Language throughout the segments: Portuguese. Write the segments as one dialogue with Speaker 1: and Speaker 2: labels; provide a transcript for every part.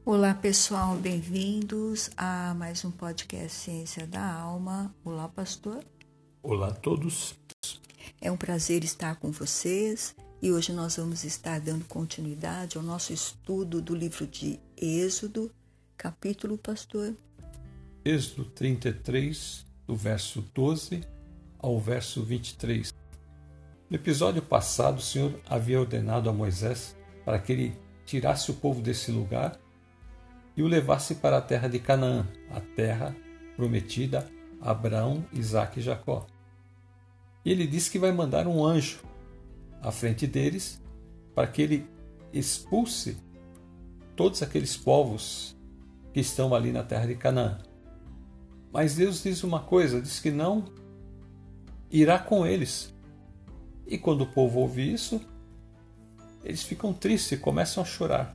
Speaker 1: Olá pessoal, bem-vindos a mais um podcast Ciência da Alma. Olá pastor.
Speaker 2: Olá a todos.
Speaker 1: É um prazer estar com vocês e hoje nós vamos estar dando continuidade ao nosso estudo do livro de Êxodo, capítulo, pastor?
Speaker 2: Êxodo 33, do verso 12 ao verso 23. No episódio passado, o Senhor havia ordenado a Moisés para que ele tirasse o povo desse lugar e o levasse para a terra de Canaã, a terra prometida a Abraão, Isaque e Jacó. E ele disse que vai mandar um anjo à frente deles para que ele expulse todos aqueles povos que estão ali na terra de Canaã. Mas Deus diz uma coisa, diz que não irá com eles. E quando o povo ouve isso, eles ficam tristes e começam a chorar.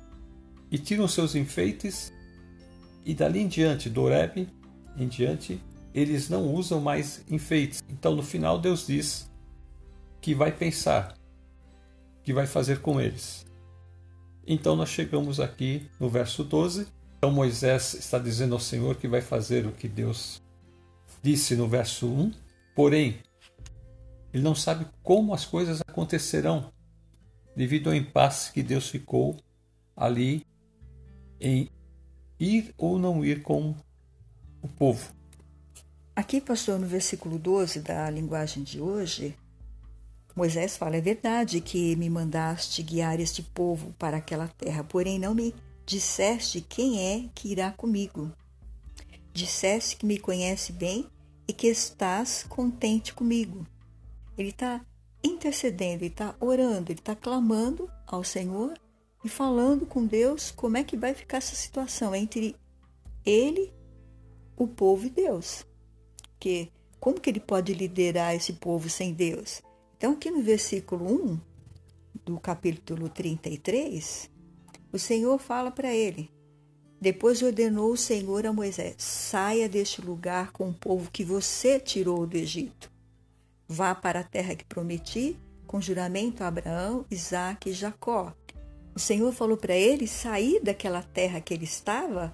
Speaker 2: E tiram seus enfeites, e dali em diante, do Horebe em diante, eles não usam mais enfeites. Então, no final, Deus diz que vai pensar, que vai fazer com eles. Então, nós chegamos aqui no verso 12. Então, Moisés está dizendo ao Senhor que vai fazer o que Deus disse no verso 1. Porém, ele não sabe como as coisas acontecerão, devido ao impasse que Deus ficou ali em ir ou não ir com o povo.
Speaker 1: Aqui, pastor, no versículo 12 da linguagem de hoje, Moisés fala: é verdade que me mandaste guiar este povo para aquela terra, porém não me disseste quem é que irá comigo. Disseste que me conhece bem e que estás contente comigo. Ele está intercedendo, ele está orando, ele está clamando ao Senhor e falando com Deus como é que vai ficar essa situação entre ele, o povo e Deus. Porque como que ele pode liderar esse povo sem Deus? Então aqui no versículo 1 do capítulo 33, o Senhor fala para ele: depois ordenou o Senhor a Moisés: saia deste lugar com o povo que você tirou do Egito. Vá para a terra que prometi, com juramento a Abraão, Isaque e Jacó. O Senhor falou para ele sair daquela terra que ele estava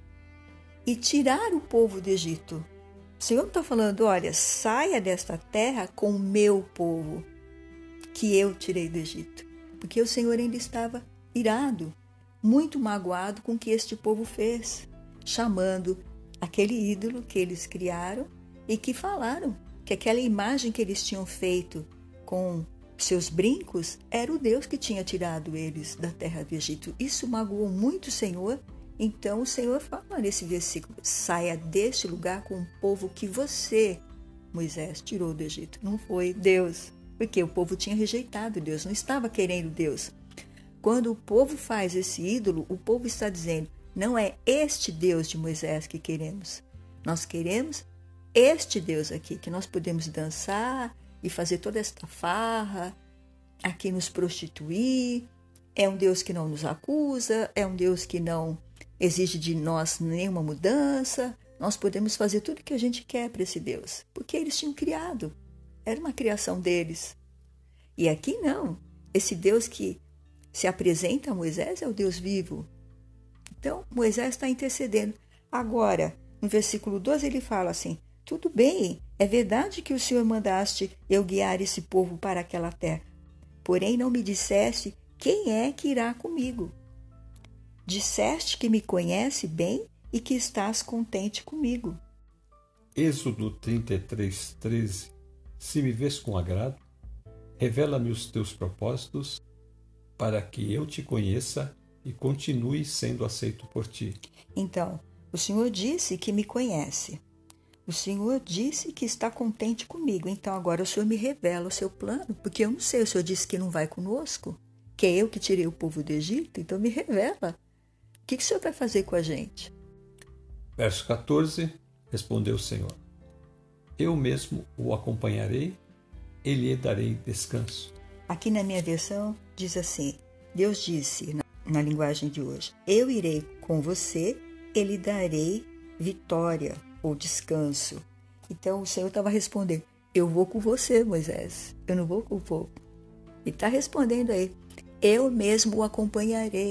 Speaker 1: e tirar o povo do Egito. O Senhor está falando: olha, saia desta terra com o meu povo, que eu tirei do Egito. Porque o Senhor ainda estava irado, muito magoado com o que este povo fez, chamando aquele ídolo que eles criaram e que falaram que aquela imagem que eles tinham feito com seus brincos era o Deus que tinha tirado eles da terra do Egito. Isso magoou muito o Senhor. Então o Senhor fala nesse versículo: saia deste lugar com o povo que você, Moisés, tirou do Egito. Não foi Deus, porque o povo tinha rejeitado Deus, não estava querendo Deus. Quando o povo faz esse ídolo, o povo está dizendo: não é este Deus de Moisés que queremos. Nós queremos este Deus aqui, que nós podemos dançar e fazer toda esta farra, aqui nos prostituir. É um Deus que não nos acusa, é um Deus que não exige de nós nenhuma mudança. Nós podemos fazer tudo o que a gente quer para esse Deus, porque eles tinham criado. Era uma criação deles. E aqui não. Esse Deus que se apresenta a Moisés é o Deus vivo. Então, Moisés está intercedendo. Agora, no versículo 12, ele fala assim: tudo bem, é verdade que o Senhor mandaste eu guiar esse povo para aquela terra, porém não me disseste quem é que irá comigo. Disseste que me conhece bem e que estás contente comigo.
Speaker 2: Êxodo 33, 13. Se me vês com agrado, revela-me os teus propósitos, para que eu te conheça e continue sendo aceito por ti.
Speaker 1: Então, o Senhor disse que me conhece. O Senhor disse que está contente comigo. Então agora o Senhor me revela o seu plano, porque eu não sei, o Senhor disse que não vai conosco, que é eu que tirei o povo do Egito, então me revela. O que o Senhor vai fazer com a gente?
Speaker 2: Verso 14, respondeu o Senhor: eu mesmo o acompanharei e lhe darei descanso.
Speaker 1: Aqui na minha versão diz assim: Deus disse, na linguagem de hoje: eu irei com você e lhe darei vitória ou descanso. Então o Senhor estava respondendo: eu vou com você, Moisés, eu não vou com o povo. Ele está respondendo aí: eu mesmo o acompanharei,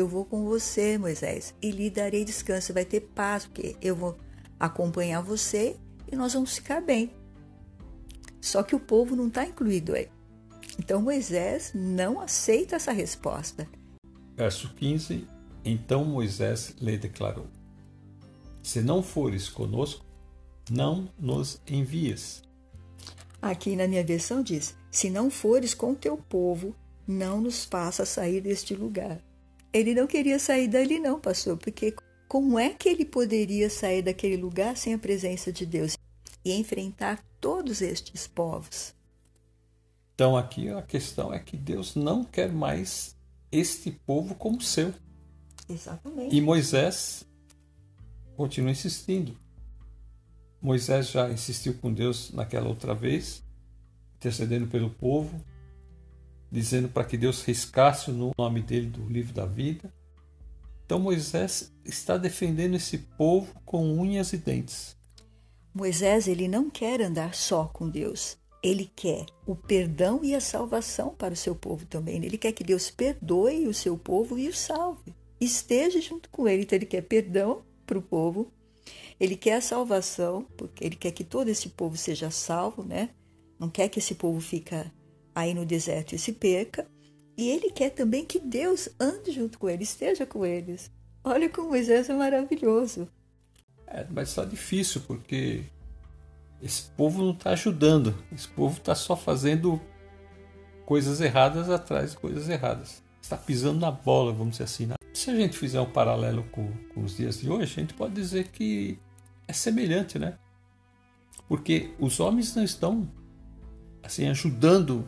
Speaker 1: eu vou com você, Moisés, e lhe darei descanso. Você vai ter paz, porque eu vou acompanhar você e nós vamos ficar bem. Só que o povo não está incluído aí. Então Moisés não aceita essa resposta.
Speaker 2: Verso 15. Então Moisés lhe declarou: se não fores conosco, não nos envies.
Speaker 1: Aqui na minha versão diz: se não fores com o teu povo, não nos faça sair deste lugar. Ele não queria sair dali não, pastor, porque como é que ele poderia sair daquele lugar sem a presença de Deus e enfrentar todos estes povos?
Speaker 2: Então aqui a questão é que Deus não quer mais este povo como seu.
Speaker 1: Exatamente.
Speaker 2: E Moisés continua insistindo. Moisés já insistiu com Deus naquela outra vez, intercedendo pelo povo, dizendo para que Deus riscasse o nome dele do livro da vida. Então Moisés está defendendo esse povo com unhas e dentes.
Speaker 1: Moisés, ele não quer andar só com Deus. Ele quer o perdão e a salvação para o seu povo também. Ele quer que Deus perdoe o seu povo e o salve. Esteja junto com ele. Então ele quer perdão para o povo. Ele quer a salvação, porque ele quer que todo esse povo seja salvo, né? Não quer que esse povo fique aí no deserto e se perca. E ele quer também que Deus ande junto com ele, esteja com eles. Olha como Moisés é maravilhoso.
Speaker 2: Mas está difícil, porque esse povo não está ajudando. Esse povo está só fazendo coisas erradas atrás de coisas erradas. Está pisando na bola, vamos dizer assim. Se a gente fizer um paralelo com os dias de hoje, a gente pode dizer que é semelhante, né? Porque os homens não estão assim ajudando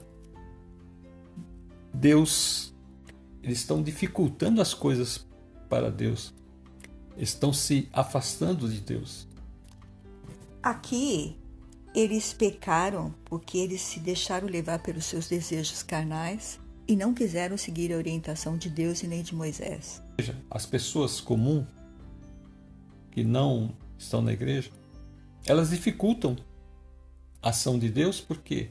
Speaker 2: Deus. Eles estão dificultando as coisas para Deus. Estão se afastando de Deus.
Speaker 1: Aqui, eles pecaram porque eles se deixaram levar pelos seus desejos carnais e não quiseram seguir a orientação de Deus e nem de Moisés.
Speaker 2: Veja, as pessoas comuns que não estão na igreja, elas dificultam a ação de Deus porque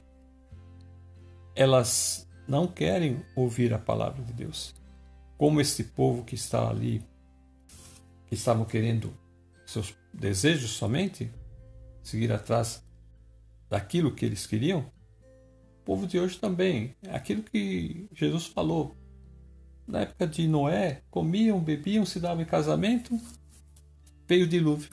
Speaker 2: elas não querem ouvir a palavra de Deus. Como este povo que está ali, que estavam querendo seus desejos somente, seguir atrás daquilo que eles queriam, o povo de hoje também, aquilo que Jesus falou. Na época de Noé, comiam, bebiam, se davam em casamento, veio o dilúvio.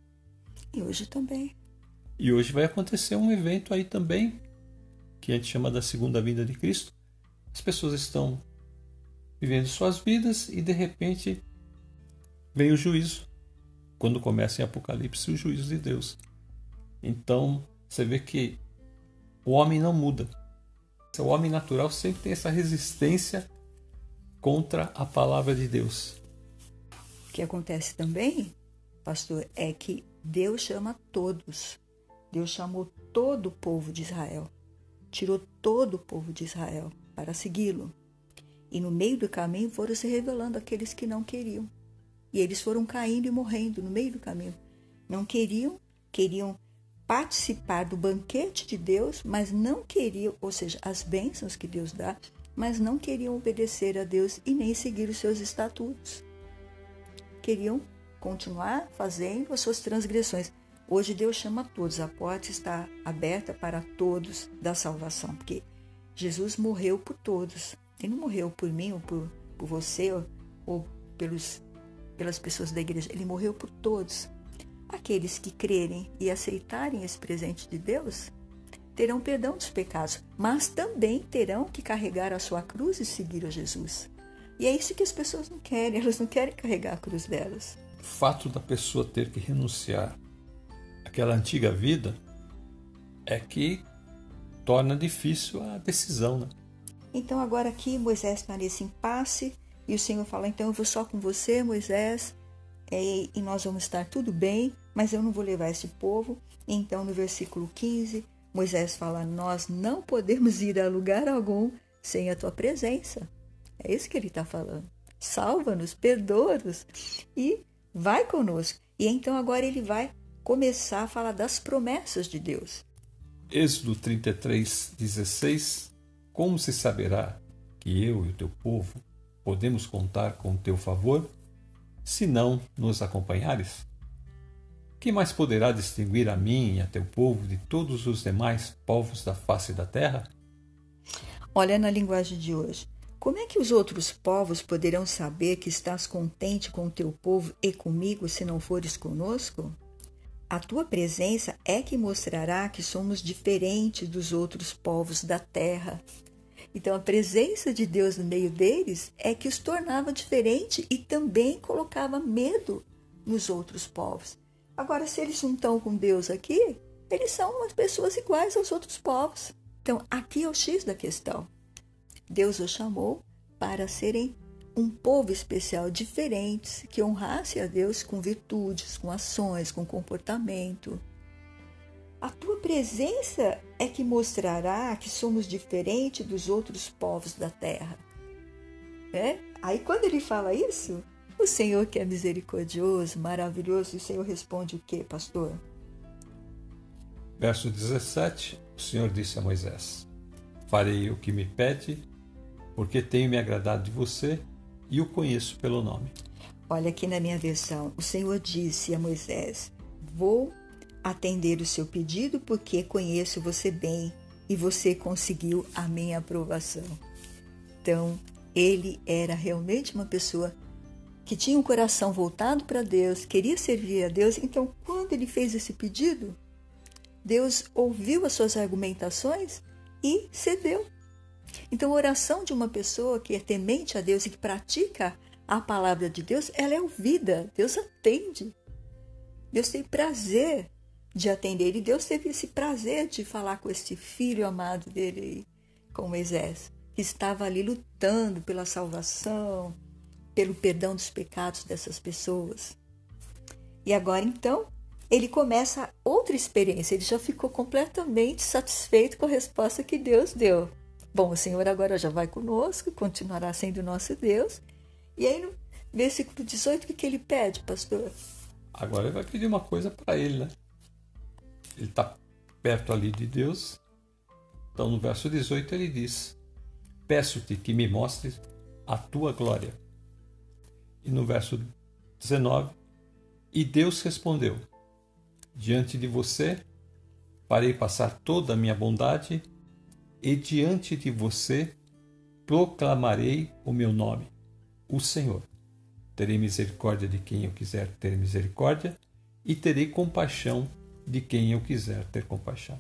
Speaker 1: E hoje também.
Speaker 2: E hoje vai acontecer um evento aí também, que a gente chama da segunda vinda de Cristo. As pessoas estão vivendo suas vidas e de repente vem o juízo. Quando começa em Apocalipse, o juízo de Deus. Então, você vê que o homem não muda. O homem natural sempre tem essa resistência contra a palavra de Deus.
Speaker 1: O que acontece também, pastor, é que Deus chama todos. Deus chamou todo o povo de Israel. Tirou todo o povo de Israel para segui-lo. E no meio do caminho foram se revelando aqueles que não queriam. E eles foram caindo e morrendo no meio do caminho. Não queriam participar do banquete de Deus, mas não queriam, ou seja, as bênçãos que Deus dá, mas não queriam obedecer a Deus e nem seguir os seus estatutos. Queriam continuar fazendo as suas transgressões. Hoje Deus chama todos, a porta está aberta para todos da salvação, porque Jesus morreu por todos. Ele não morreu por mim ou por você ou pelas pessoas da igreja. Ele morreu por todos. Aqueles que crerem e aceitarem esse presente de Deus terão perdão dos pecados, mas também terão que carregar a sua cruz e seguir a Jesus. E é isso que as pessoas não querem, elas não querem carregar a cruz delas.
Speaker 2: O fato da pessoa ter que renunciar àquela antiga vida é que torna difícil a decisão, né?
Speaker 1: Então agora aqui Moisés está nesse impasse e o Senhor fala, então eu vou só com você, Moisés, e nós vamos estar tudo bem, mas eu não vou levar esse povo. Então no versículo 15, Moisés fala, nós não podemos ir a lugar algum sem a tua presença. É isso que ele está falando. Salva-nos, perdoa-nos e vai conosco. E então agora ele vai começar a falar das promessas de Deus.
Speaker 2: Êxodo 33, 16. Como se saberá que eu e o teu povo podemos contar com o teu favor, se não nos acompanhares? Quem mais poderá distinguir a mim e a teu povo de todos os demais povos da face da terra?
Speaker 1: Olha na linguagem de hoje. Como é que os outros povos poderão saber que estás contente com o teu povo e comigo se não fores conosco? A tua presença é que mostrará que somos diferentes dos outros povos da terra. Então, a presença de Deus no meio deles é que os tornava diferente e também colocava medo nos outros povos. Agora, se eles não estão com Deus aqui, eles são umas pessoas iguais aos outros povos. Então, aqui é o X da questão. Deus os chamou para serem um povo especial, diferentes, que honrasse a Deus com virtudes, com ações, com comportamento. A tua presença é que mostrará que somos diferentes dos outros povos da terra. Aí quando ele fala isso, o Senhor que é misericordioso, maravilhoso, o Senhor responde o quê, pastor?
Speaker 2: Verso 17, o Senhor disse a Moisés: farei o que me pede, porque tenho me agradado de você e o conheço pelo nome.
Speaker 1: Olha aqui na minha versão, o Senhor disse a Moisés: vou atender o seu pedido porque conheço você bem e você conseguiu a minha aprovação. Então, ele era realmente uma pessoa que tinha um coração voltado para Deus, queria servir a Deus. Então, quando ele fez esse pedido, Deus ouviu as suas argumentações e cedeu. Então, a oração de uma pessoa que é temente a Deus e que pratica a palavra de Deus, ela é ouvida. Deus atende. Deus tem prazer de atender. E Deus teve esse prazer de falar com esse filho amado dele, com Moisés, que estava ali lutando pela salvação, pelo perdão dos pecados dessas pessoas. E agora, então, ele começa outra experiência. Ele já ficou completamente satisfeito com a resposta que Deus deu. Bom, o Senhor agora já vai conosco, continuará sendo nosso Deus. E aí, no versículo 18, o que ele pede, pastor?
Speaker 2: Agora ele vai pedir uma coisa para ele, né? Ele está perto ali de Deus. Então, no verso 18, ele diz: peço-te que me mostres a tua glória. E no verso 19, e Deus respondeu: diante de você farei passar toda a minha bondade, e diante de você proclamarei o meu nome, o Senhor. Terei misericórdia de quem eu quiser ter misericórdia, e terei compaixão de quem eu quiser ter compaixão.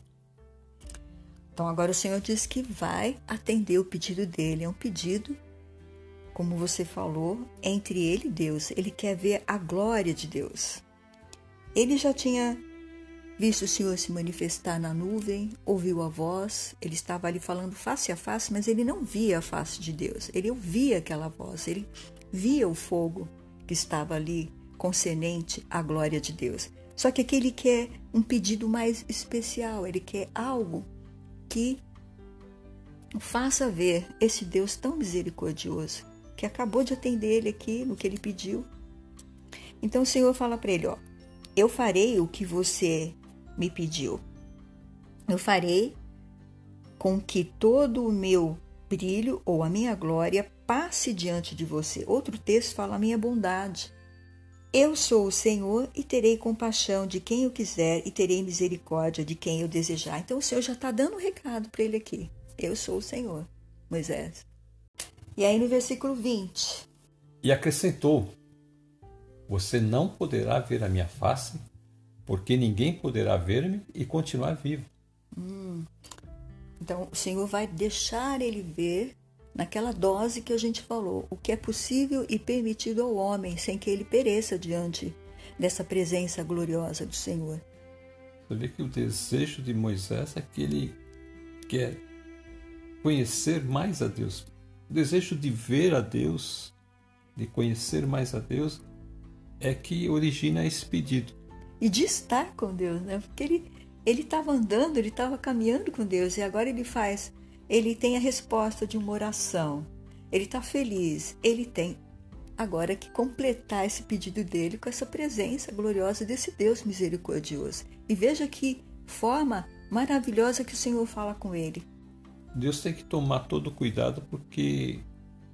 Speaker 1: Então agora o Senhor diz que vai atender o pedido dele. É um pedido, como você falou, entre ele e Deus. Ele quer ver a glória de Deus. Ele já tinha visto o Senhor se manifestar na nuvem, ouviu a voz, ele estava ali falando face a face, mas ele não via a face de Deus. Ele ouvia aquela voz, ele via o fogo que estava ali concernente à glória de Deus. Só que aqui ele quer um pedido mais especial, ele quer algo que faça ver esse Deus tão misericordioso, que acabou de atender ele aqui no que ele pediu. Então o Senhor fala para ele: eu farei o que você me pediu. Eu farei com que todo o meu brilho ou a minha glória passe diante de você. Outro texto fala a minha bondade. Eu sou o Senhor e terei compaixão de quem eu quiser e terei misericórdia de quem eu desejar. Então o Senhor já está dando um recado para ele aqui. Eu sou o Senhor, Moisés. E aí no versículo 20.
Speaker 2: E acrescentou: você não poderá ver a minha face, porque ninguém poderá ver-me e continuar vivo.
Speaker 1: Então o Senhor vai deixar ele ver, naquela dose que a gente falou, o que é possível e permitido ao homem, sem que ele pereça diante dessa presença gloriosa do Senhor.
Speaker 2: Você vê que o desejo de Moisés é que ele quer conhecer mais a Deus. O desejo de ver a Deus, de conhecer mais a Deus, é que origina esse pedido.
Speaker 1: E de estar com Deus, né? Porque ele estava andando, ele estava caminhando com Deus, e agora ele tem a resposta de uma oração. Ele está feliz, ele tem agora que completar esse pedido dele com essa presença gloriosa desse Deus misericordioso. E veja que forma maravilhosa que o Senhor fala com ele.
Speaker 2: Deus tem que tomar todo o cuidado, porque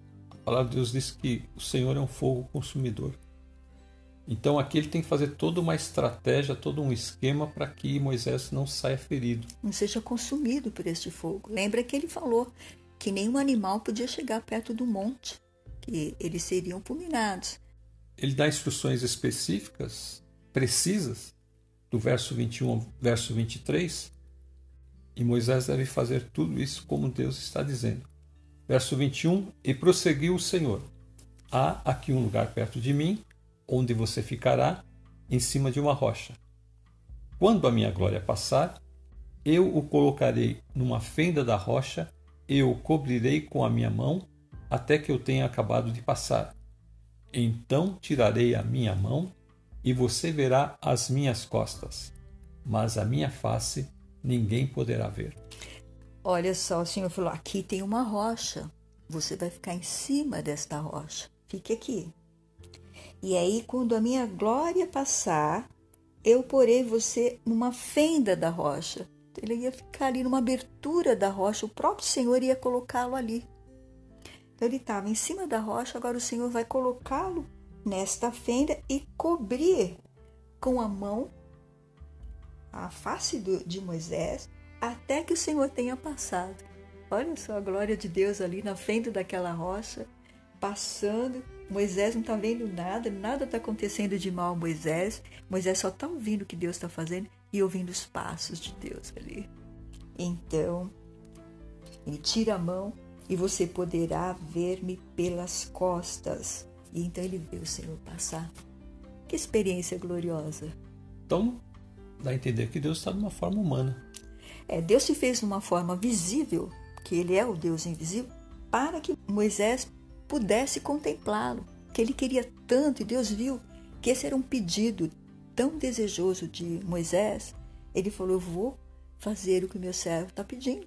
Speaker 2: palavra de Deus diz que o Senhor é um fogo consumidor. Então aqui ele tem que fazer toda uma estratégia, todo um esquema para que Moisés não saia ferido.
Speaker 1: Não seja consumido por este fogo. Lembra que ele falou que nenhum animal podia chegar perto do monte, que eles seriam fulminados.
Speaker 2: Ele dá instruções específicas, precisas, do verso 21 ao verso 23, e Moisés deve fazer tudo isso como Deus está dizendo. Verso 21, e prosseguiu o Senhor: há aqui um lugar perto de mim, onde você ficará, em cima de uma rocha. Quando a minha glória passar, eu o colocarei numa fenda da rocha e o cobrirei com a minha mão até que eu tenha acabado de passar. Então tirarei a minha mão e você verá as minhas costas, mas a minha face ninguém poderá ver.
Speaker 1: Olha só, o Senhor falou, aqui tem uma rocha, você vai ficar em cima desta rocha, fique aqui. E aí, quando a minha glória passar, eu porei você numa fenda da rocha. Ele ia ficar ali numa abertura da rocha, o próprio Senhor ia colocá-lo ali. Então ele estava em cima da rocha, agora o Senhor vai colocá-lo nesta fenda e cobrir com a mão a face de Moisés até que o Senhor tenha passado. Olha só a glória de Deus ali na fenda daquela rocha, passando. Moisés não está vendo nada, nada está acontecendo de mal a Moisés. Moisés só está ouvindo o que Deus está fazendo e ouvindo os passos de Deus ali. Então, ele tira a mão e você poderá ver-me pelas costas. E então ele vê o Senhor passar. Que experiência gloriosa.
Speaker 2: Então, dá a entender que Deus está de uma forma humana.
Speaker 1: Deus se fez de uma forma visível, que ele é o Deus invisível, para que Moisés pudesse contemplá-lo, que ele queria tanto, e Deus viu que esse era um pedido tão desejoso de Moisés. Ele falou, eu vou fazer o que o meu servo está pedindo.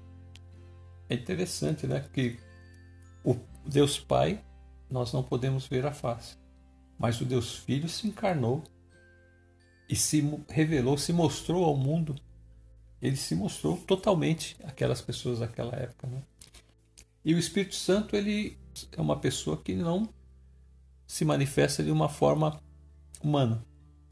Speaker 2: É interessante, né? Que o Deus Pai, nós não podemos ver a face, mas o Deus Filho se encarnou e se revelou, se mostrou ao mundo. Ele se mostrou totalmente àquelas pessoas daquela época, né? E o Espírito Santo, ele é uma pessoa que não se manifesta de uma forma humana.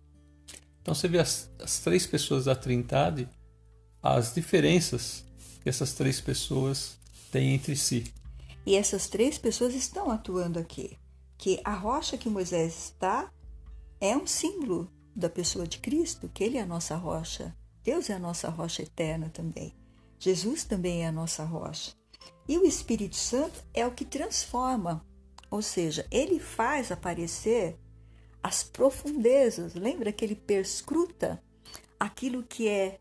Speaker 2: Então você vê as três pessoas da Trindade, as diferenças que essas três pessoas têm entre si.
Speaker 1: E essas três pessoas estão atuando aqui. Que a rocha que Moisés está é um símbolo da pessoa de Cristo, que ele é a nossa rocha. Deus é a nossa rocha eterna também. Jesus também é a nossa rocha. E o Espírito Santo é o que transforma, ou seja, ele faz aparecer as profundezas. Lembra que ele perscruta aquilo que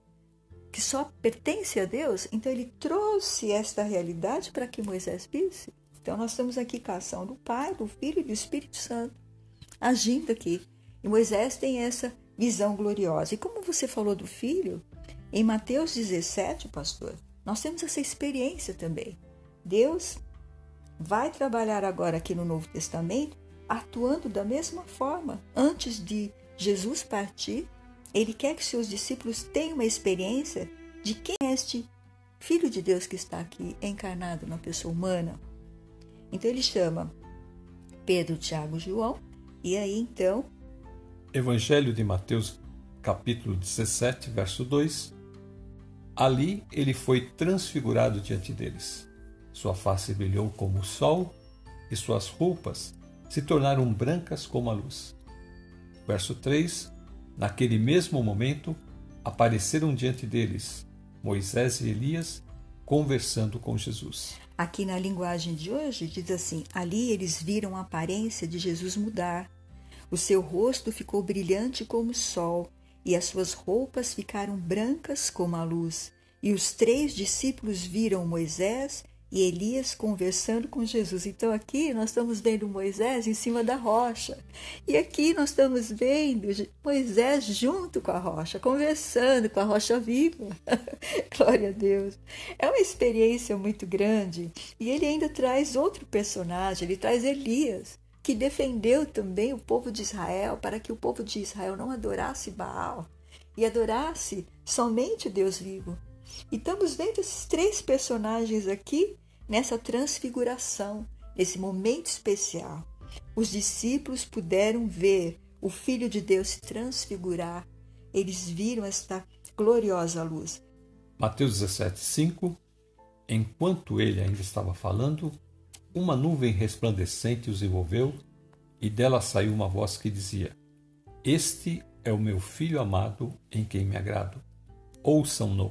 Speaker 1: só pertence a Deus? Então ele trouxe esta realidade para que Moisés visse. Então nós estamos aqui com a ação do Pai, do Filho e do Espírito Santo agindo aqui. E Moisés tem essa visão gloriosa. E como você falou do Filho, em Mateus 17, pastor, nós temos essa experiência também. Deus vai trabalhar agora aqui no Novo Testamento, atuando da mesma forma. Antes de Jesus partir, ele quer que seus discípulos tenham uma experiência de quem é este Filho de Deus que está aqui encarnado na pessoa humana. Então ele chama Pedro, Tiago e João, e aí então...
Speaker 2: Evangelho de Mateus, capítulo 17, verso 2. Ali ele foi transfigurado diante deles. Sua face brilhou como o sol e suas roupas se tornaram brancas como a luz. Verso 3. Naquele mesmo momento, apareceram diante deles Moisés e Elias conversando com Jesus.
Speaker 1: Aqui na linguagem de hoje diz assim, ali eles viram a aparência de Jesus mudar. O seu rosto ficou brilhante como o sol e as suas roupas ficaram brancas como a luz. E os três discípulos viram Moisés e Elias conversando com Jesus. Então aqui nós estamos vendo Moisés em cima da rocha. E aqui nós estamos vendo Moisés junto com a rocha, conversando com a rocha viva. Glória a Deus. É uma experiência muito grande. E ele ainda traz outro personagem, ele traz Elias, que defendeu também o povo de Israel, para que o povo de Israel não adorasse Baal e adorasse somente o Deus vivo. E estamos vendo esses três personagens aqui nessa transfiguração, nesse momento especial, os discípulos puderam ver o Filho de Deus se transfigurar. Eles viram esta gloriosa luz.
Speaker 2: Mateus 17:5. Enquanto ele ainda estava falando, uma nuvem resplandecente os envolveu, e dela saiu uma voz que dizia: Este é o meu Filho amado, em quem me agrado. Ouçam-no.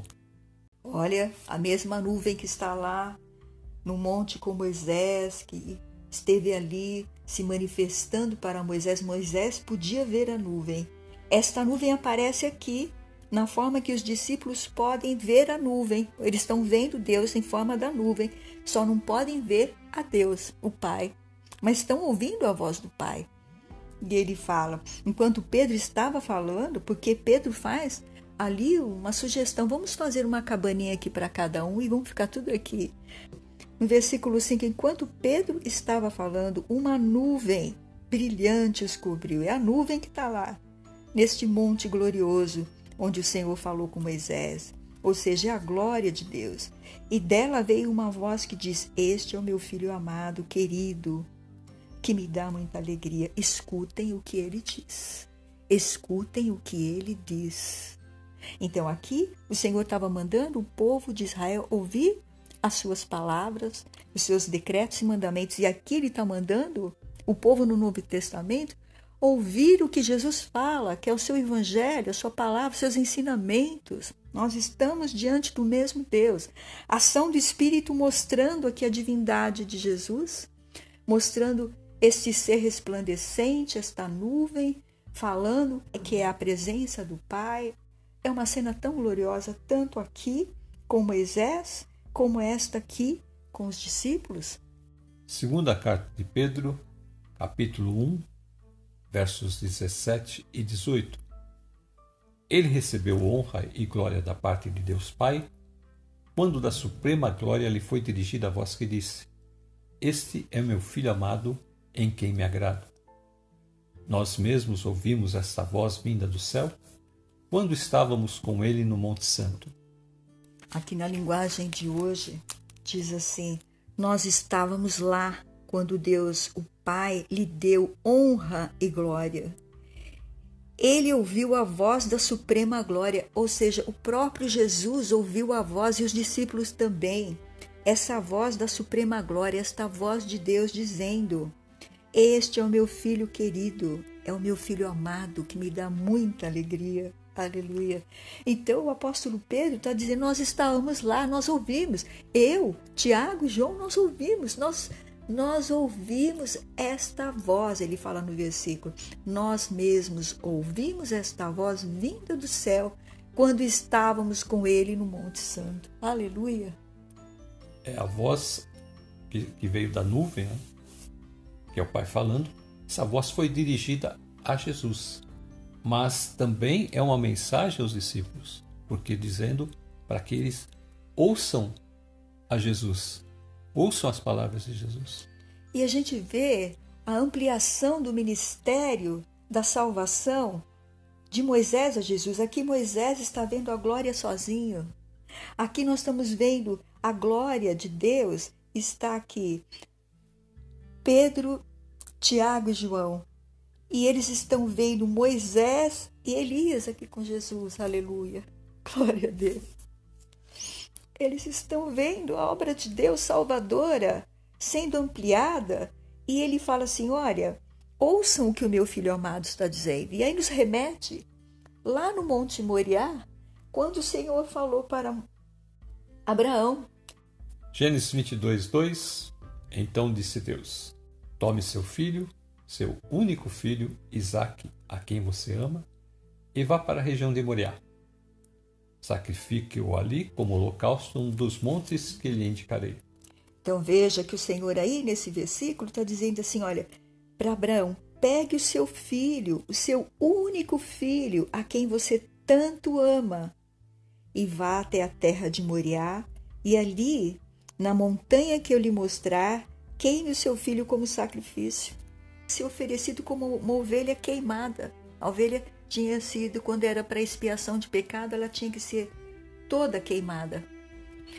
Speaker 1: Olha, a mesma nuvem que está lá no monte com Moisés, que esteve ali se manifestando para Moisés. Moisés podia ver a nuvem. Esta nuvem aparece aqui na forma que os discípulos podem ver a nuvem. Eles estão vendo Deus em forma da nuvem, só não podem ver a Deus, o Pai, mas estão ouvindo a voz do Pai. E ele fala, enquanto Pedro estava falando, porque Pedro faz ali uma sugestão, vamos fazer uma cabaninha aqui para cada um e vamos ficar tudo aqui. No versículo 5, enquanto Pedro estava falando, uma nuvem brilhante os cobriu. É a nuvem que está lá, neste monte glorioso, onde o Senhor falou com Moisés, ou seja, é a glória de Deus. E dela veio uma voz que diz: Este é o meu Filho amado, querido, que me dá muita alegria. Escutem o que ele diz. Escutem o que ele diz. Então aqui o Senhor estava mandando o povo de Israel ouvir as suas palavras, os seus decretos e mandamentos. E aqui ele está mandando o povo no Novo Testamento ouvir o que Jesus fala, que é o seu evangelho, a sua palavra, seus ensinamentos. Nós estamos diante do mesmo Deus. A ação do Espírito mostrando aqui a divindade de Jesus, mostrando este ser resplandecente, esta nuvem, falando que é a presença do Pai. É uma cena tão gloriosa, tanto aqui com Moisés, como esta aqui com os discípulos.
Speaker 2: Segunda carta de Pedro, capítulo 1, versos 17 e 18. Ele recebeu honra e glória da parte de Deus Pai, quando da suprema glória lhe foi dirigida a voz que disse: Este é meu Filho amado, em quem me agrado. Nós mesmos ouvimos essa voz vinda do céu, quando estávamos com ele no Monte Santo.
Speaker 1: Aqui na linguagem de hoje, diz assim: nós estávamos lá quando Deus, o Pai, lhe deu honra e glória. Ele ouviu a voz da suprema glória, ou seja, o próprio Jesus ouviu a voz e os discípulos também. Essa voz da suprema glória, esta voz de Deus dizendo: Este é o meu Filho querido, é o meu Filho amado, que me dá muita alegria. Aleluia. Então o apóstolo Pedro está dizendo: nós estávamos lá, nós ouvimos. Eu, Tiago e João, nós ouvimos, nós ouvimos esta voz. Ele fala no versículo: nós mesmos ouvimos esta voz vinda do céu quando estávamos com ele no Monte Santo. Aleluia.
Speaker 2: É a voz que veio da nuvem, né? Que é o Pai falando. Essa voz foi dirigida a Jesus, mas também é uma mensagem aos discípulos, porque dizendo para que eles ouçam a Jesus, ouçam as palavras de Jesus.
Speaker 1: E a gente vê a ampliação do ministério da salvação de Moisés a Jesus. Aqui Moisés está vendo a glória sozinho. Aqui nós estamos vendo a glória de Deus. Está aqui Pedro, Tiago e João. E eles estão vendo Moisés e Elias aqui com Jesus. Aleluia. Glória a Deus. Eles estão vendo a obra de Deus salvadora sendo ampliada. E ele fala assim: olha, ouçam o que o meu Filho amado está dizendo. E aí nos remete lá no Monte Moriá, quando o Senhor falou para Abraão.
Speaker 2: Gênesis 22:2. Então disse Deus: Tome seu filho, seu único filho, Isaque, a quem você ama, e vá para a região de Moriá. Sacrifique-o ali como holocausto num dos montes que lhe indicarei.
Speaker 1: Então veja que o Senhor aí nesse versículo está dizendo assim: olha, para Abraão, pegue o seu filho, o seu único filho, a quem você tanto ama, e vá até a terra de Moriá, e ali, na montanha que eu lhe mostrar, queime o seu filho como sacrifício. Ser oferecido como uma ovelha queimada. A ovelha tinha sido, quando era para expiação de pecado, ela tinha que ser toda queimada.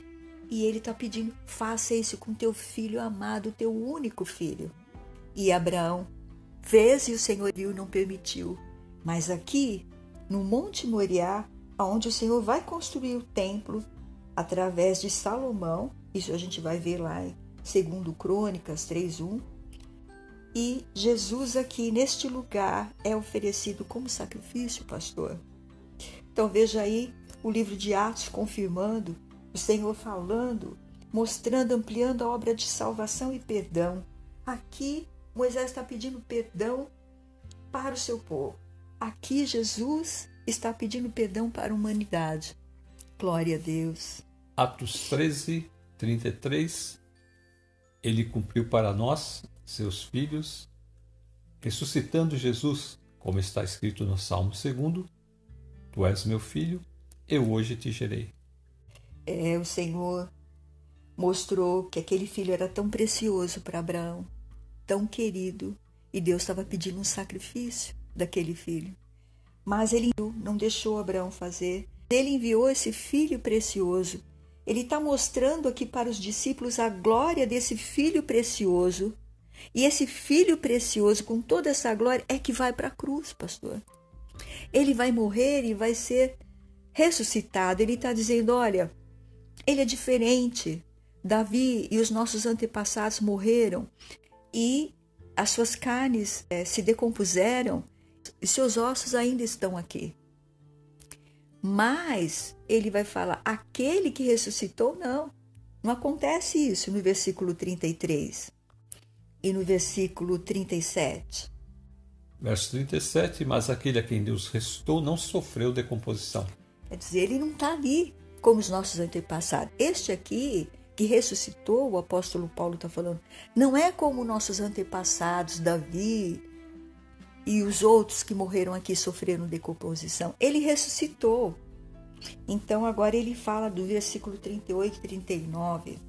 Speaker 1: E ele está pedindo, faça isso com teu filho amado, teu único filho. E Abraão fez e o Senhor viu e não permitiu. Mas aqui, no Monte Moriá, onde o Senhor vai construir o templo, através de Salomão, isso a gente vai ver lá em 2 Crônicas 3:1, e Jesus aqui neste lugar é oferecido como sacrifício, pastor. Então veja aí o livro de Atos confirmando, o Senhor falando, mostrando, ampliando a obra de salvação e perdão. Aqui Moisés está pedindo perdão para o seu povo. Aqui Jesus está pedindo perdão para a humanidade. Glória a Deus.
Speaker 2: Atos 13:33. Ele cumpriu para nós, seus filhos, ressuscitando Jesus, como está escrito no Salmo 2: Tu és meu filho, eu hoje te gerei.
Speaker 1: O Senhor mostrou que aquele filho era tão precioso para Abraão, tão querido, e Deus estava pedindo um sacrifício daquele filho. Mas ele não deixou Abraão fazer. Ele enviou esse filho precioso. Ele está mostrando aqui para os discípulos a glória desse filho precioso. E esse filho precioso, com toda essa glória, é que vai para a cruz, pastor. Ele vai morrer e vai ser ressuscitado. Ele está dizendo, olha, ele é diferente. Davi e os nossos antepassados morreram e as suas carnes se decompuseram e seus ossos ainda estão aqui. Mas ele vai falar, aquele que ressuscitou, não acontece isso no versículo 33 e no versículo 37.
Speaker 2: Verso 37, mas aquele a quem Deus ressuscitou não sofreu decomposição.
Speaker 1: Quer dizer, ele não está ali como os nossos antepassados. Este aqui, que ressuscitou, o apóstolo Paulo está falando, não é como nossos antepassados, Davi e os outros que morreram aqui sofreram decomposição. Ele ressuscitou. Então agora ele fala do versículo 38 e 39.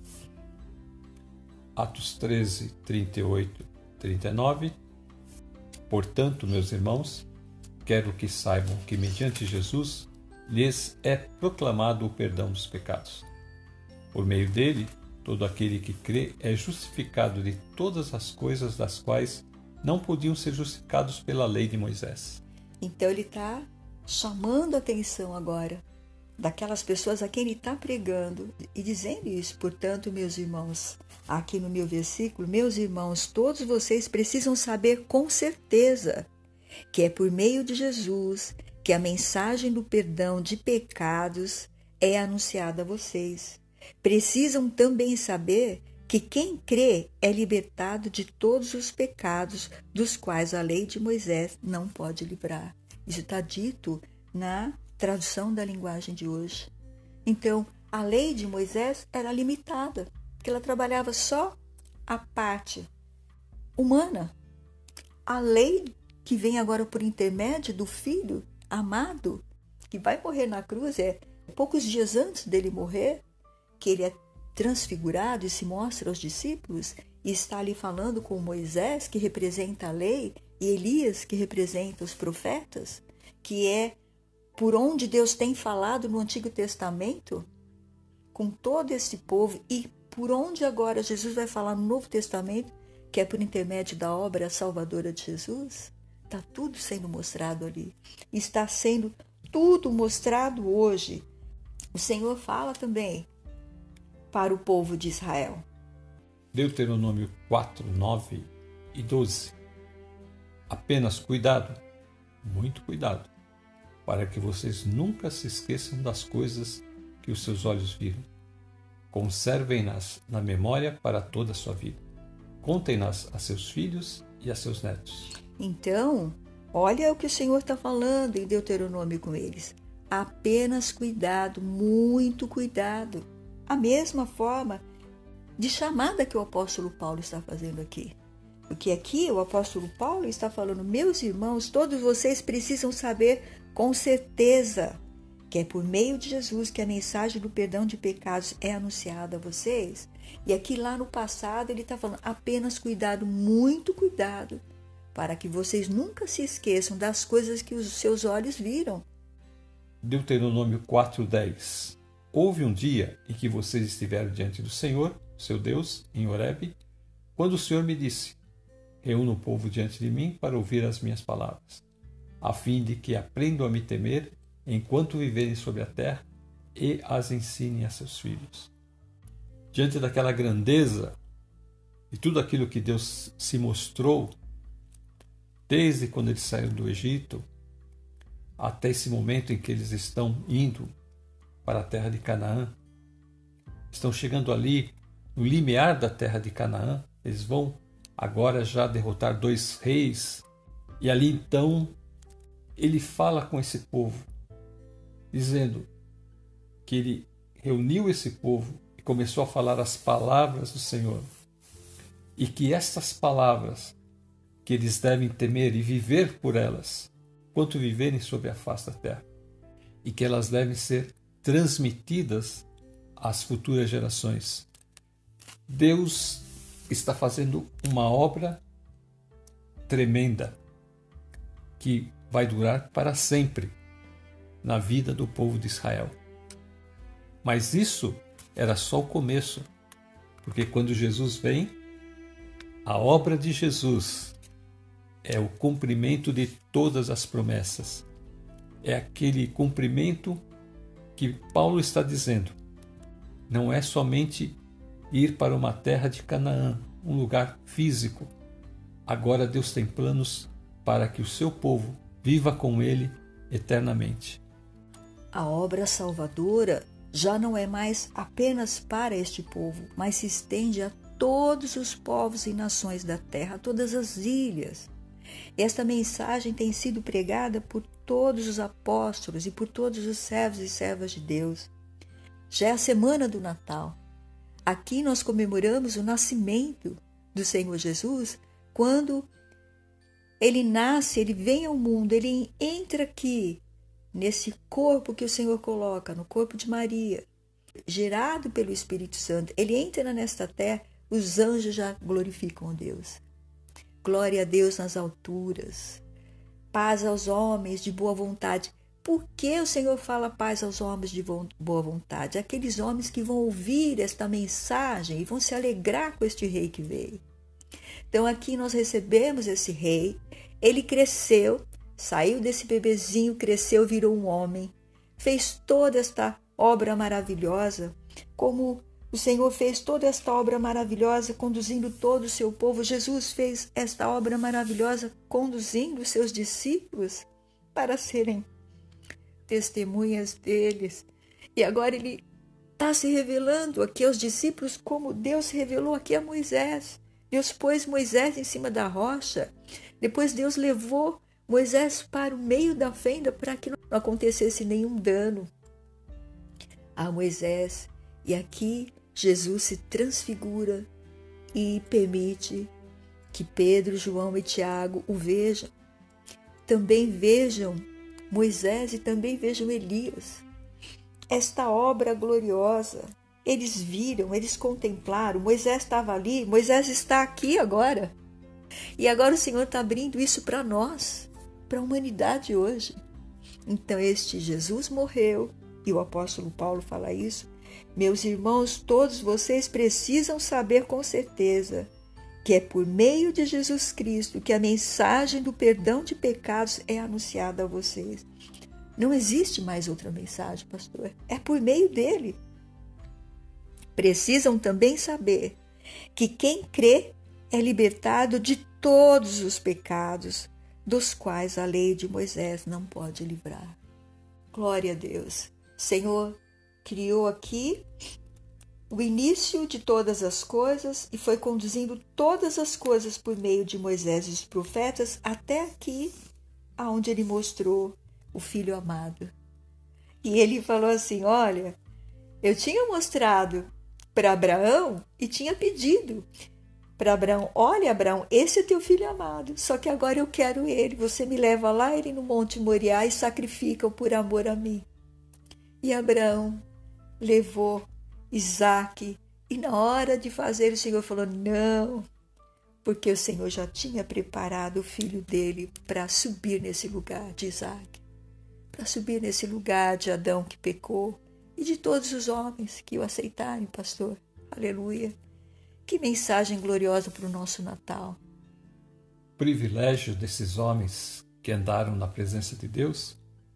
Speaker 2: Atos 13, 38, 39. Portanto, meus irmãos, quero que saibam que mediante Jesus lhes é proclamado o perdão dos pecados. Por meio dele, todo aquele que crê é justificado de todas as coisas das quais não podiam ser justificados pela lei de Moisés.
Speaker 1: Então ele está chamando a atenção agora daquelas pessoas a quem ele está pregando e dizendo isso. Portanto, meus irmãos, aqui no meu versículo, meus irmãos, todos vocês precisam saber com certeza que é por meio de Jesus que a mensagem do perdão de pecados é anunciada a vocês. Precisam também saber que quem crê é libertado de todos os pecados dos quais a lei de Moisés não pode livrar. Isso está dito na tradução da linguagem de hoje. Então, a lei de Moisés era limitada, porque ela trabalhava só a parte humana. A lei que vem agora por intermédio do Filho amado, que vai morrer na cruz, poucos dias antes dele morrer, que ele é transfigurado e se mostra aos discípulos, e está ali falando com Moisés, que representa a lei, e Elias, que representa os profetas, que é por onde Deus tem falado no Antigo Testamento, com todo esse povo, e por onde agora Jesus vai falar no Novo Testamento, que é por intermédio da obra salvadora de Jesus. Está tudo sendo mostrado ali. Está sendo tudo mostrado hoje. O Senhor fala também para o povo de Israel.
Speaker 2: Deuteronômio 4, 9 e 12. Apenas cuidado, muito cuidado, para que vocês nunca se esqueçam das coisas que os seus olhos viram. Conservem-nas na memória para toda a sua vida. Contem-nas a seus filhos e a seus netos.
Speaker 1: Então, olha o que o Senhor está falando em Deuteronômio com eles. Apenas cuidado, muito cuidado. A mesma forma de chamada que o apóstolo Paulo está fazendo aqui. Porque aqui o apóstolo Paulo está falando, meus irmãos, todos vocês precisam saber com certeza que é por meio de Jesus que a mensagem do perdão de pecados é anunciada a vocês. E aqui lá no passado ele está falando, apenas cuidado, muito cuidado, para que vocês nunca se esqueçam das coisas que os seus olhos viram.
Speaker 2: Deuteronômio 4:10. houve um dia em que vocês estiveram diante do Senhor, seu Deus, em Horebe, quando o Senhor me disse: reúna o povo diante de mim para ouvir as minhas palavras, a fim de que aprendam a me temer enquanto viverem sobre a terra e as ensinem a seus filhos. Diante daquela grandeza e tudo aquilo que Deus se mostrou, desde quando eles saíram do Egito, até esse momento em que eles estão indo para a terra de Canaã, estão chegando ali no limiar da terra de Canaã, eles vão agora já derrotar 2 reis, e ali então ele fala com esse povo, dizendo que ele reuniu esse povo e começou a falar as palavras do Senhor, e que estas palavras que eles devem temer e viver por elas, quanto viverem sobre a face da terra, e que elas devem ser transmitidas às futuras gerações. Deus está fazendo uma obra tremenda que vai durar para sempre na vida do povo de Israel. Mas isso era só o começo, porque quando Jesus vem, a obra de Jesus é o cumprimento de todas as promessas. É aquele cumprimento que Paulo está dizendo. Não é somente ir para uma terra de Canaã, um lugar físico. Agora Deus tem planos para que o seu povo viva com ele eternamente.
Speaker 1: A obra salvadora já não é mais apenas para este povo, mas se estende a todos os povos e nações da terra, a todas as ilhas. Esta mensagem tem sido pregada por todos os apóstolos e por todos os servos e servas de Deus. Já é a semana do Natal. Aqui nós comemoramos o nascimento do Senhor Jesus, quando ele nasce, ele vem ao mundo, ele entra aqui, nesse corpo que o Senhor coloca, no corpo de Maria, gerado pelo Espírito Santo. Ele entra nesta terra, os anjos já glorificam a Deus. Glória a Deus nas alturas, paz aos homens de boa vontade. Por que o Senhor fala paz aos homens de boa vontade? Aqueles homens que vão ouvir esta mensagem e vão se alegrar com este rei que veio. Então aqui nós recebemos esse rei, ele cresceu, saiu desse bebezinho, cresceu, virou um homem, fez toda esta obra maravilhosa, como o Senhor fez toda esta obra maravilhosa conduzindo todo o seu povo. Jesus fez esta obra maravilhosa conduzindo os seus discípulos para serem testemunhas deles. E agora ele está se revelando aqui aos discípulos como Deus se revelou aqui a Moisés. Deus pôs Moisés em cima da rocha. Depois Deus levou Moisés para o meio da fenda para que não acontecesse nenhum dano a Moisés. E aqui Jesus se transfigura e permite que Pedro, João e Tiago o vejam. Também vejam Moisés e também vejam Elias. Esta obra gloriosa, eles viram, eles contemplaram. Moisés estava ali, Moisés está aqui agora. E agora o Senhor está abrindo isso para nós, para a humanidade hoje. Então este Jesus morreu, e o apóstolo Paulo fala isso. Meus irmãos, todos vocês precisam saber com certeza que é por meio de Jesus Cristo que a mensagem do perdão de pecados é anunciada a vocês. Não existe mais outra mensagem, pastor. É por meio dele. Precisam também saber que quem crê é libertado de todos os pecados, dos quais a lei de Moisés não pode livrar. Glória a Deus. Senhor criou aqui o início de todas as coisas e foi conduzindo todas as coisas por meio de Moisés e os profetas até aqui, aonde ele mostrou o Filho amado. E ele falou assim, olha, eu tinha mostrado para Abraão e tinha pedido para Abraão, olha Abraão, esse é teu filho amado, só que agora eu quero ele, você me leva lá ele no Monte Moriá e sacrifica-o por amor a mim. E Abraão levou Isaque, e na hora de fazer o Senhor falou, não, porque o Senhor já tinha preparado o filho dele para subir nesse lugar de Isaque, para subir nesse lugar de Adão que pecou e de todos os homens que o aceitarem, pastor. Aleluia. Que mensagem gloriosa para o nosso Natal.
Speaker 2: Privilégio desses homens que andaram na presença de Deus,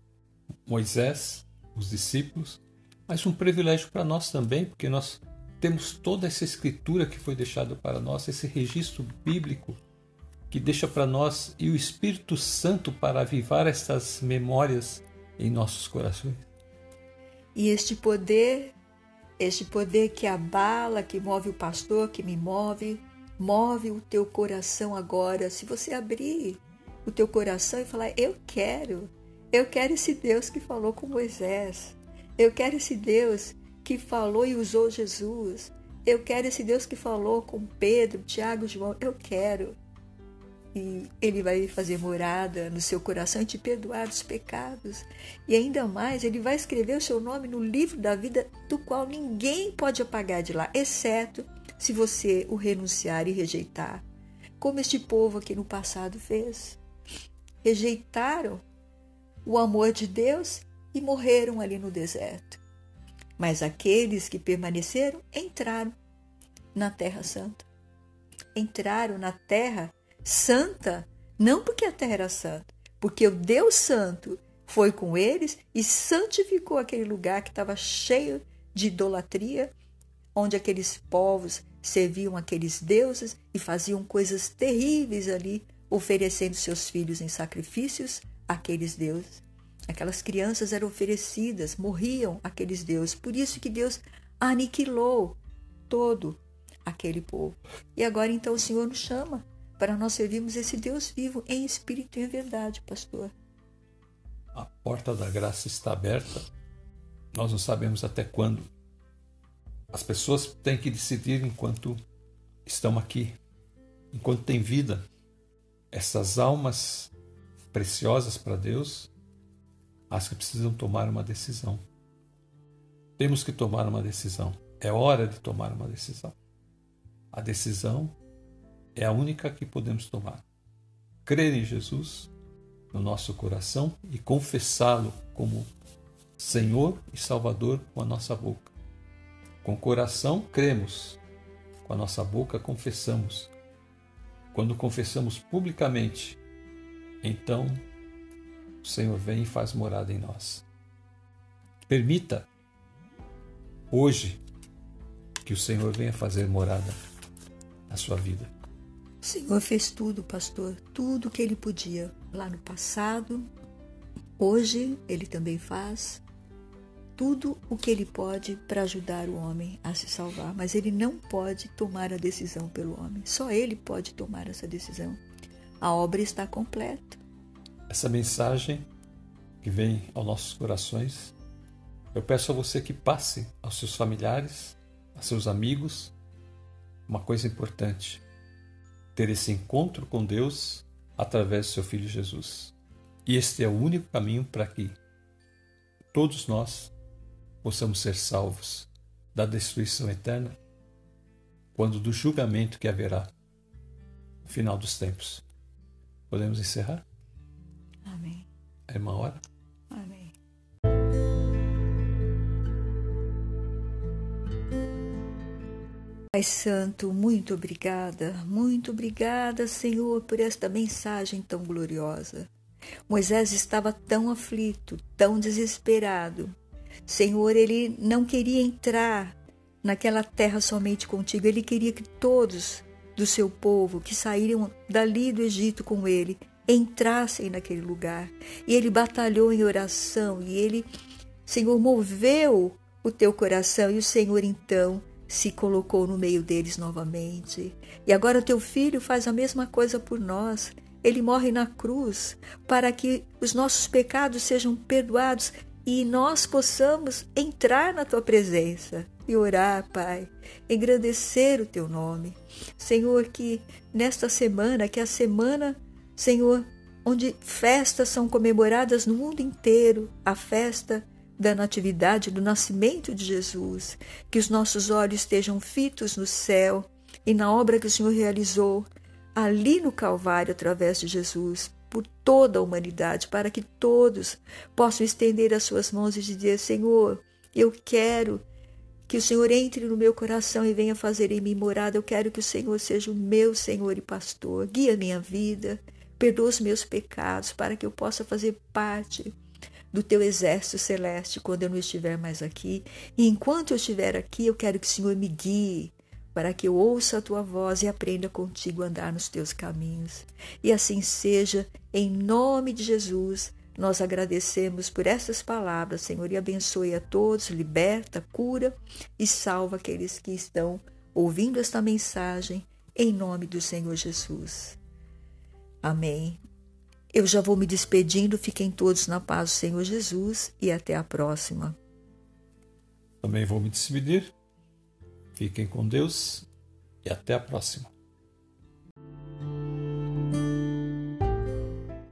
Speaker 2: Moisés, os discípulos, mas um privilégio para nós também, porque nós temos toda essa escritura que foi deixada para nós, esse registro bíblico que deixa para nós, e o Espírito Santo para avivar essas memórias em nossos corações.
Speaker 1: E este poder que abala, que move o pastor, que me move o teu coração agora. Se você abrir o teu coração e falar, eu quero esse Deus que falou com Moisés, eu quero esse Deus que falou e usou Jesus, eu quero esse Deus que falou com Pedro, Tiago, João, eu quero. E Ele vai fazer morada no seu coração e te perdoar dos pecados. E ainda mais, Ele vai escrever o seu nome no livro da vida, do qual ninguém pode apagar de lá, exceto se você o renunciar e rejeitar. Como este povo aqui no passado fez. Rejeitaram o amor de Deus e morreram ali no deserto. Mas aqueles que permaneceram entraram na Terra Santa. Entraram na Terra Santa, não porque a terra era santa, porque o Deus Santo foi com eles e santificou aquele lugar que estava cheio de idolatria, onde aqueles povos serviam aqueles deuses e faziam coisas terríveis ali, oferecendo seus filhos em sacrifícios àqueles deuses. Aquelas crianças eram oferecidas, morriam aqueles deuses. Por isso que Deus aniquilou todo aquele povo. E agora então o Senhor nos chama para nós servirmos esse Deus vivo em espírito e em verdade, pastor.
Speaker 2: A porta da graça está aberta. Nós não sabemos até quando. As pessoas têm que decidir enquanto estão aqui, enquanto tem vida. Essas almas preciosas para Deus, as que precisam tomar uma decisão. Temos que tomar uma decisão. É hora de tomar uma decisão. A decisão é a única que podemos tomar. Crer em Jesus no nosso coração e confessá-lo como Senhor e Salvador com a nossa boca. Com o coração cremos, com a nossa boca confessamos. Quando confessamos publicamente, então o Senhor vem e faz morada em nós. Permita hoje que o Senhor venha fazer morada na sua vida.
Speaker 1: O Senhor fez tudo, pastor, tudo que Ele podia lá no passado. Hoje Ele também faz tudo o que Ele pode para ajudar o homem a se salvar. Mas Ele não pode tomar a decisão pelo homem. Só Ele pode tomar essa decisão. A obra está completa.
Speaker 2: Essa mensagem que vem aos nossos corações, eu peço a você que passe aos seus familiares, aos seus amigos, uma coisa importante: ter esse encontro com Deus através do seu Filho Jesus. E este é o único caminho para que todos nós possamos ser salvos da destruição eterna, quando do julgamento que haverá no final dos tempos. Podemos encerrar?
Speaker 1: Amém.
Speaker 2: É uma hora?
Speaker 1: Amém. Pai Santo, muito obrigada, Senhor, por esta mensagem tão gloriosa. Moisés estava tão aflito, tão desesperado. Senhor, ele não queria entrar naquela terra somente contigo, ele queria que todos do seu povo que saíram dali do Egito com ele entrassem naquele lugar. E ele batalhou em oração e ele, Senhor, moveu o teu coração e o Senhor então se colocou no meio deles novamente. E agora teu Filho faz a mesma coisa por nós. Ele morre na cruz para que os nossos pecados sejam perdoados e nós possamos entrar na tua presença e orar, Pai, engrandecer o teu nome. Senhor, que nesta semana, que é a semana, Senhor, onde festas são comemoradas no mundo inteiro, a festa da natividade, do nascimento de Jesus, que os nossos olhos estejam fitos no céu e na obra que o Senhor realizou ali no Calvário através de Jesus, por toda a humanidade, para que todos possam estender as suas mãos e dizer: Senhor, Eu quero que o Senhor entre no meu coração e venha fazer em mim morada. Eu quero que o Senhor seja o meu Senhor e pastor. Guia minha vida, perdoa os meus pecados, para que eu possa fazer parte do teu exército celeste quando eu não estiver mais aqui. E enquanto eu estiver aqui, eu quero que o Senhor me guie, para que eu ouça a tua voz e aprenda contigo a andar nos teus caminhos. E assim seja, em nome de Jesus. Nós agradecemos por essas palavras, Senhor, e abençoe a todos, liberta, cura e salva aqueles que estão ouvindo esta mensagem, em nome do Senhor Jesus. Amém. Eu já vou me despedindo, fiquem todos na paz do Senhor Jesus e até a próxima.
Speaker 2: Também vou me despedir. Fiquem com Deus e até a próxima.